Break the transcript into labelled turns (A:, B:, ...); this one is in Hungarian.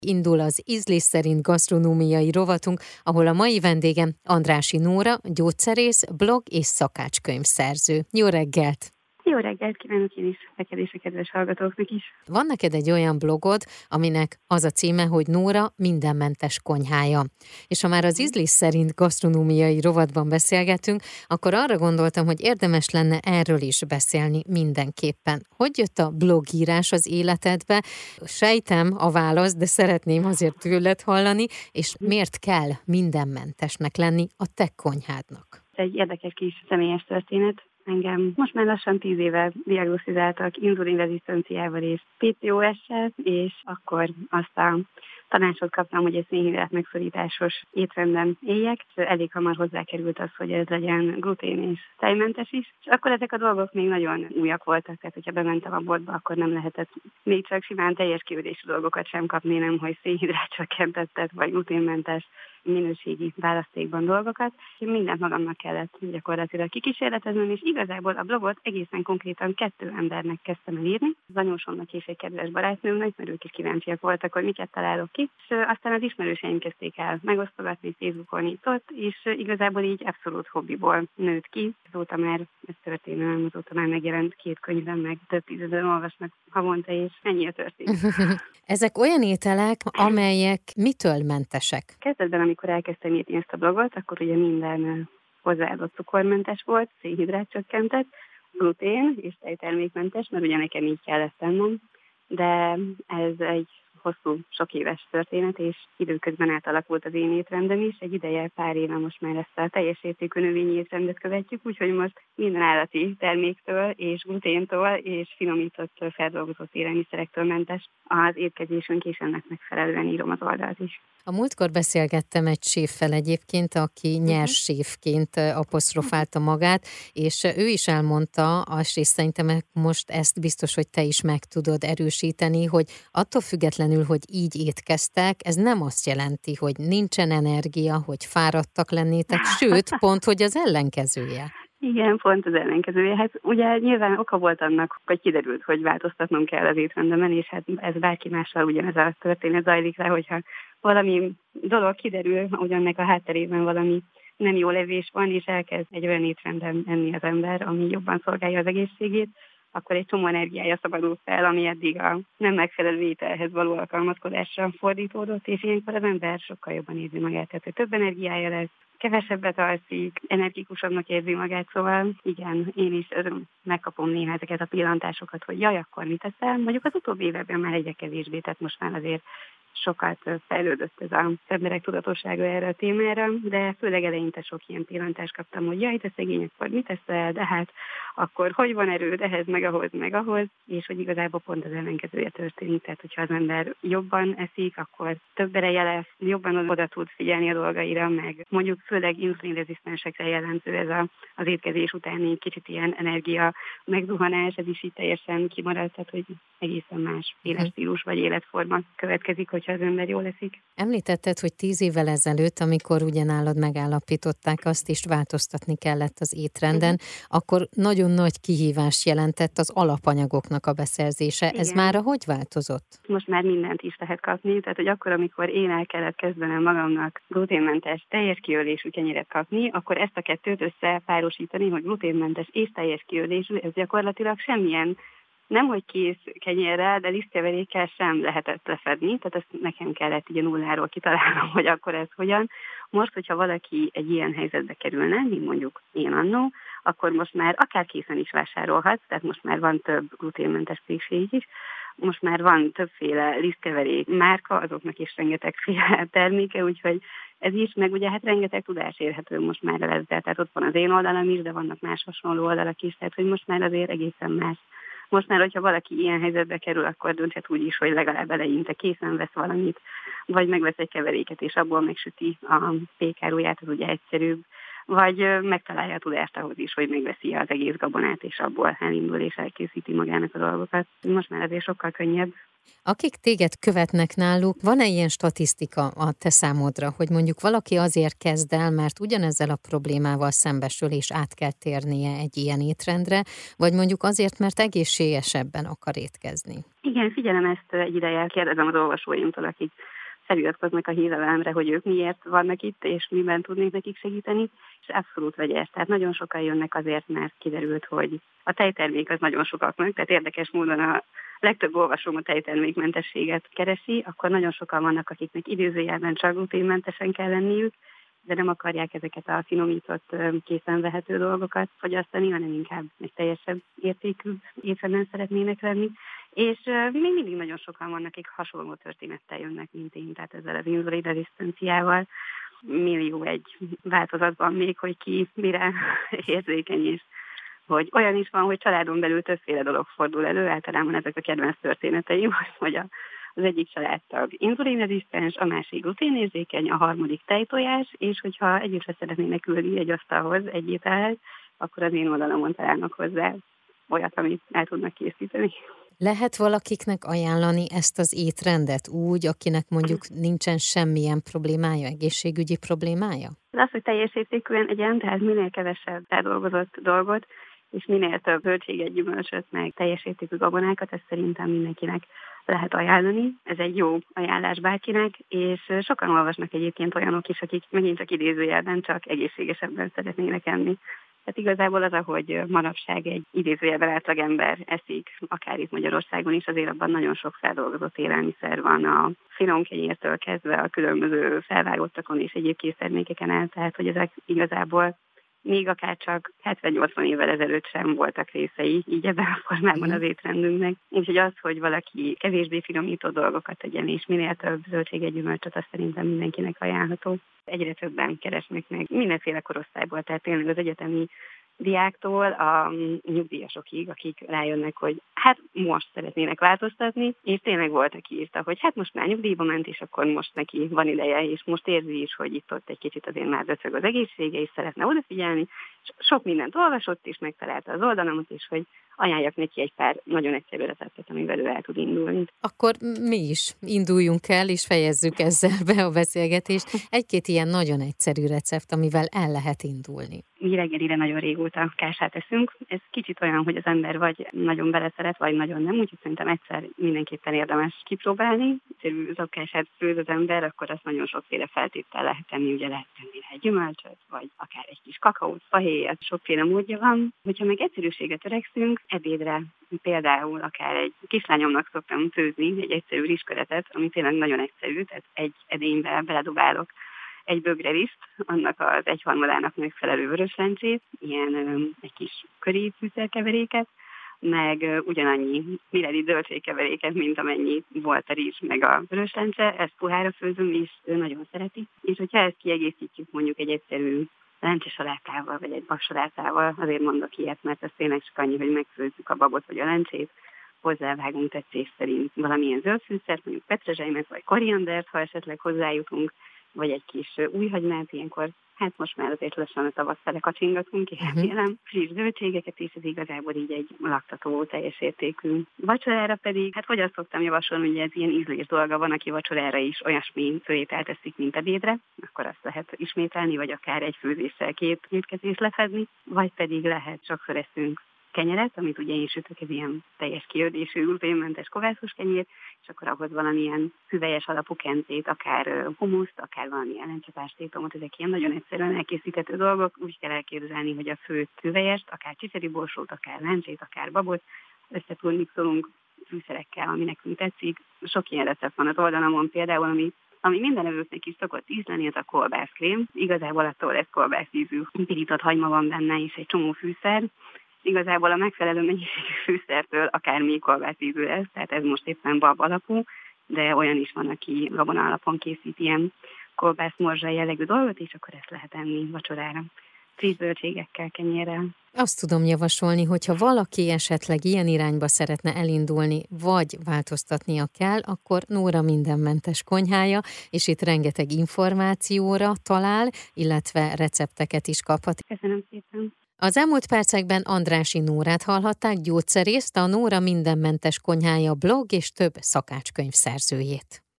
A: Indul az Ízlés szerint gasztronómiai rovatunk, ahol a mai vendégem Andrássy Nóra, gyógyszerész, blog és szakácskönyvszerző. Jó reggelt!
B: Jó reggelt kívánok én is, neked és a kedves hallgatóknak is.
A: Van neked egy olyan blogod, aminek az a címe, hogy Nóra mindenmentes konyhája. És ha már az Ízlés szerint gasztronómiai rovatban beszélgetünk, akkor arra gondoltam, hogy érdemes lenne erről is beszélni mindenképpen. Hogy jött a blogírás az életedbe? Sejtem a választ, de szeretném azért tőled hallani, és miért kell mindenmentesnek lenni a te konyhádnak?
B: Ez egy érdekes kis személyes történet. Engem most már lassan 10 éve diagnosztizáltak inzulinrezisztenciával és PCOS-sel, és akkor azt a tanácsot kaptam, hogy egy szénhidrát megszorításos étrenden éljek, és elég hamar hozzákerült az, hogy ez legyen glutén és tejmentes is. És akkor ezek a dolgok még nagyon újak voltak, tehát hogyha bementem a boltba, akkor nem lehetett még csak simán teljes kiödésű dolgokat sem kapni, nem hogy szénhidrátcsökkentettet vagy gluténmentes minőségi választékban dolgokat. Mindent magamnak kellett gyakorlatilag kikísérleteznem, és igazából a blogot egészen konkrétan 2 embernek kezdtem el írni. Az anyósomnak és egy kedves barátnőmnek, mert ők is kíváncsiak voltak, hogy miket találok ki. És aztán az ismerőseim kezdték el megosztogatni Facebookon itt-ott, és igazából így abszolút hobbiból nőtt ki. Azóta már ez történelem, azóta már megjelent 2 könyvem, meg több tízezren olvasnak havonta, és ennyi a történet.
A: Ezek olyan ételek, amelyek mitől mentesek?
B: Kezdetben, amikor elkezdtem írni ezt a blogot, akkor ugye minden hozzáadott cukormentes volt, szénhidrátcsökkentett, glutén és tejtermékmentes, mert ugye nekem így kellett tennem, de ez egy hosszú, sok éves történet, és időközben átalakult az én étrendem is. Egy ideje, pár éve most már ezt a teljes értékű növényi étrendet követjük, úgyhogy most minden állati terméktől és gluténtól és finomított, feldolgozott élelmiszerektől mentes az étkezésünk, és ennek megfelelően írom az oldalt is.
A: A múltkor beszélgettem egy séffel egyébként, aki nyers séfként apostrofálta magát, és ő is elmondta, és szerintem most ezt biztos, hogy te is meg tudod erősíteni, hogy attól függetlenül, hogy így étkeztek, ez nem azt jelenti, hogy nincsen energia, hogy fáradtak lennétek, sőt, pont, hogy az ellenkezője.
B: Igen, pont az ellenkezője. Hát ugye nyilván oka volt annak, hogy kiderült, hogy változtatnom kell az étrendemen, és hát ez bárki mással ugyanez a történet zajlik le, hogyha valami dolog kiderül, ugyannek a hátterében valami nem jó levés van, és elkezd egy olyan étrenden enni az ember, ami jobban szolgálja az egészségét, akkor egy csomó energiája szabadul fel, ami eddig a nem megfelelő ételhez való alkalmazkodásra fordítódott, és ilyenkor az ember sokkal jobban érzi magát, tehát hogy több energiája lesz, kevesebbet alszik, energikusabbnak érzi magát, szóval igen, én is megkapom néha ezeket a pillantásokat, hogy jaj, akkor mit teszel? Mondjuk az utóbbi években már egyre kevésbé, tehát most már azért sokat fejlődött ez az emberek tudatossága erre a témára, de főleg eleinte sok ilyen pillantást kaptam, hogy jaj, te szegény, akkor mit teszel, de hát akkor hogy van erőd ehhez, meg ahhoz, és hogy igazából pont az ellenkezője történik, tehát hogyha az ember jobban eszik, akkor több ereje lesz, jobban oda tud figyelni a dolgaira, meg mondjuk főleg inzulinrezisztensekre jellemző ez az étkezés utáni kicsit ilyen energia megzuhanás, ez is így teljesen kimaradt, tehát hogy egészen más életstílus vagy életforma következik, hogyha az ember jól eszik.
A: Említetted, hogy 10 évvel ezelőtt, amikor ugyanálad megállapították, azt is változtatni kellett az étrenden, akkor nagyon nagy kihívást jelentett az alapanyagoknak a beszerzése.
B: Igen.
A: Ez mára hogy változott?
B: Most már mindent is lehet kapni, tehát hogy akkor, amikor én el kellett kezdenem magamnak gluténmentes, teljes kiölésű kenyeret kapni, akkor ezt a kettőt összepárosítani, hogy gluténmentes és teljes kiölésű, ez gyakorlatilag semmilyen nemhogy kész kenyérrel, de lisztkeverékkel sem lehetett lefedni, tehát ezt nekem kellett így a nulláról kitalálnom, hogy akkor ez hogyan. Most, hogyha valaki egy ilyen helyzetbe kerülne, mint mondjuk én annó, akkor most már akár készen is vásárolhatsz, tehát most már van több gluténmentes pékség is, most már van többféle lisztkeverék márka, azoknak is rengetegféle terméke, úgyhogy ez is, meg ugye hát rengeteg tudás érhető most már el ezzel, tehát ott van az én oldalam is, de vannak más hasonló oldalak is, tehát hogy most már azért egészen más. Most már, hogyha valaki ilyen helyzetbe kerül, akkor dönthet úgy is, hogy legalább eleinte készen vesz valamit, vagy megvesz egy keveréket, és abból megsüti a pékáruját, az ugye egyszerűbb, vagy megtalálja a tudást ahhoz is, hogy megveszi az egész gabonát, és abból elindul és elkészíti magának a dolgokat. Most már azért sokkal könnyebb.
A: Akik téged követnek náluk, van-e ilyen statisztika a te számodra, hogy mondjuk valaki azért kezd el, mert ugyanezzel a problémával szembesül, és át kell térnie egy ilyen étrendre, vagy mondjuk azért, mert egészségesebben akar étkezni?
B: Igen, figyelem ezt egy ideje, kérdezem az olvasóimtól, akik feliratkoznak a hírlevelemre, hogy ők miért vannak itt, és miben tudnék nekik segíteni, és abszolút vegyes. Tehát nagyon sokan jönnek azért, mert kiderült, hogy a tejtermék az nagyon sokaknak, tehát érdekes módon a legtöbb olvasóm a tejtermékmentességet keresi, akkor nagyon sokan vannak, akiknek idézőjelben csak gluténmentesen kell lenniük, de nem akarják ezeket a finomított, készen vehető dolgokat fogyasztani, hanem inkább egy teljesebb értékű étrenden szeretnének lenni. És még mindig nagyon sokan vannak, akik hasonló történettel jönnek, mint én, tehát ezzel az inzulin rezisztenciával. Millió egy változatban még, hogy ki mire érzékeny, és hogy olyan is van, hogy családon belül többféle dolog fordul elő, általában ezek a kedvenc történeteim, hogy az egyik családtag inzulinrezisztens, a másik gluténérzékeny, a harmadik tejtojás, és hogyha együtt szeretnének ülni egy asztalhoz, egy ételhez, akkor az én oldalamon találnak hozzá olyat, amit el tudnak készíteni.
A: Lehet valakiknek ajánlani ezt az étrendet úgy, akinek mondjuk nincsen semmilyen problémája, egészségügyi problémája?
B: Az, hogy teljes értékűen egyen, tehát minél kevesebb feldolgozott dolgot, és minél több zöldséget, gyümölcsöt, meg teljes értékű gabonákat, ezt szerintem mindenkinek lehet ajánlani. Ez egy jó ajánlás bárkinek, és sokan olvasnak egyébként olyanok is, akik megint csak idézőjelben csak egészségesebben szeretnének enni. Tehát igazából az, ahogy manapság egy idézőjelben átlagember eszik, akár itt Magyarországon is, azért abban nagyon sok feldolgozott élelmiszer van, a finom kenyértől kezdve a különböző felvágottakon és egyéb késztermékeken el, tehát hogy ezek igazából még akár csak 70-80 évvel ezelőtt sem voltak részei, így ebben a formában az étrendünknek. Úgyhogy az, hogy valaki kevésbé finomított dolgokat tegyen, és minél több zöldséget, gyümölcsöt, azt szerintem mindenkinek ajánlható. Egyre többen keresnek meg mindenféle korosztályból, tehát tényleg az egyetemi diáktól a nyugdíjasokig, akik rájönnek, hogy hát most szeretnének változtatni, és tényleg volt, aki írta, hogy hát most már nyugdíjba ment, és akkor most neki van ideje, és most érzi is, hogy itt-ott egy kicsit azért már döcög az egészsége, és szeretne odafigyelni. Sok mindent olvasott, és megtalálta az oldalamat, és hogy ajánljak neki egy pár nagyon egyszerű receptet, amivel ő el tud indulni.
A: Akkor mi is induljunk el, és fejezzük ezzel be a beszélgetést. Egy-két ilyen nagyon egyszerű recept, amivel el lehet indulni.
B: Mi reggelire nagyon régóta kását eszünk. Ez kicsit olyan, hogy az ember vagy nagyon beleszeret, vagy nagyon nem, úgyhogy szerintem egyszer mindenképpen érdemes kipróbálni. Zöldkását főz az ember, akkor azt nagyon sokféle feltéttel lehet tenni, ugye lehet tenni rá egy gyümölcsöt, vagy akár egy kis kakaót, fahéjat, sokféle módja van. Hogyha meg egyszerűséget törekszünk, ebédre például akár egy kislányomnak szoktam főzni egy egyszerű rizsköretet, ami tényleg nagyon egyszerű, tehát egy edénybe beledobálok egy bögreriszt, annak az egyharmadának megfelelő vöröslencsét, ilyen egy kis köri fűszerkeveréket, meg ugyanannyi milliliter zöldségkeveréket, mint amennyi volt a rizs meg a vöröslencse, ezt puhára főzöm, és ő nagyon szereti. És hogyha ezt kiegészítjük mondjuk egy egyszerű lencsesalátával, vagy egy vaksalátával, azért mondok ilyet, mert ez tényleg csak annyi, hogy megfőzzük a babot vagy a lencsét, hozzávágunk tetszés szerint valamilyen zöld fűszert, mondjuk petrezselymet vagy koriandert, ha esetleg hozzájutunk, vagy egy kis újhagymát, ilyenkor hát most már azért lassan a tavasz fele kacsingatunk, remélem, friss zöldségeket is, ez igazából így egy laktató, teljes értékű. Vacsorára pedig, hát hogy azt szoktam javasolni, hogy ez ilyen ízlés dolga van, aki vacsorára is olyasmi főételt teszik, mint ebédre, akkor azt lehet ismételni, vagy akár egy főzéssel két étkezést lefedni, vagy pedig lehet sokszor eszünk kenyeret, amit ugye én sütök, ez ilyen teljes kiördésű, gluténmentes kovászos kenyér, és akkor ahhoz valamilyen hüvelyes alapú kencét, akár humuszt, akár valamilyen lencsapástétomot, ezek ilyen nagyon egyszerűen elkészíthető dolgok, úgy kell elképzelni, hogy a fő hüvelyest, akár csiszeri borsót, akár lencsét, akár babot összetúrmixolunk fűszerekkel, ami nekünk tetszik. Sok ilyen recept van az oldalamon például, ami minden evőknek is szokott ízleni, az a kolbászkrém. Igazából attól lesz kolbászízű pirított hagyma van benne, és egy csomó fűszer. Igazából a megfelelő mennyiségű fűszertől akár még kolbászízű lesz, tehát ez most éppen bab alapú, de olyan is van, aki gabona alapon készít ilyen kolbászmorzsa jellegű dolgot, és akkor ezt lehet enni vacsorára. Friss zöldségekkel, kenyérrel.
A: Azt tudom javasolni, hogyha valaki esetleg ilyen irányba szeretne elindulni, vagy változtatnia kell, akkor Nóra mindenmentes konyhája, és itt rengeteg információra talál, illetve recepteket is kaphat.
B: Köszönöm szépen.
A: Az elmúlt percekben Andrássy Nórát hallhatták, gyógyszerészt, a Nóra mindenmentes konyhája blog és több szakácskönyv szerzőjét.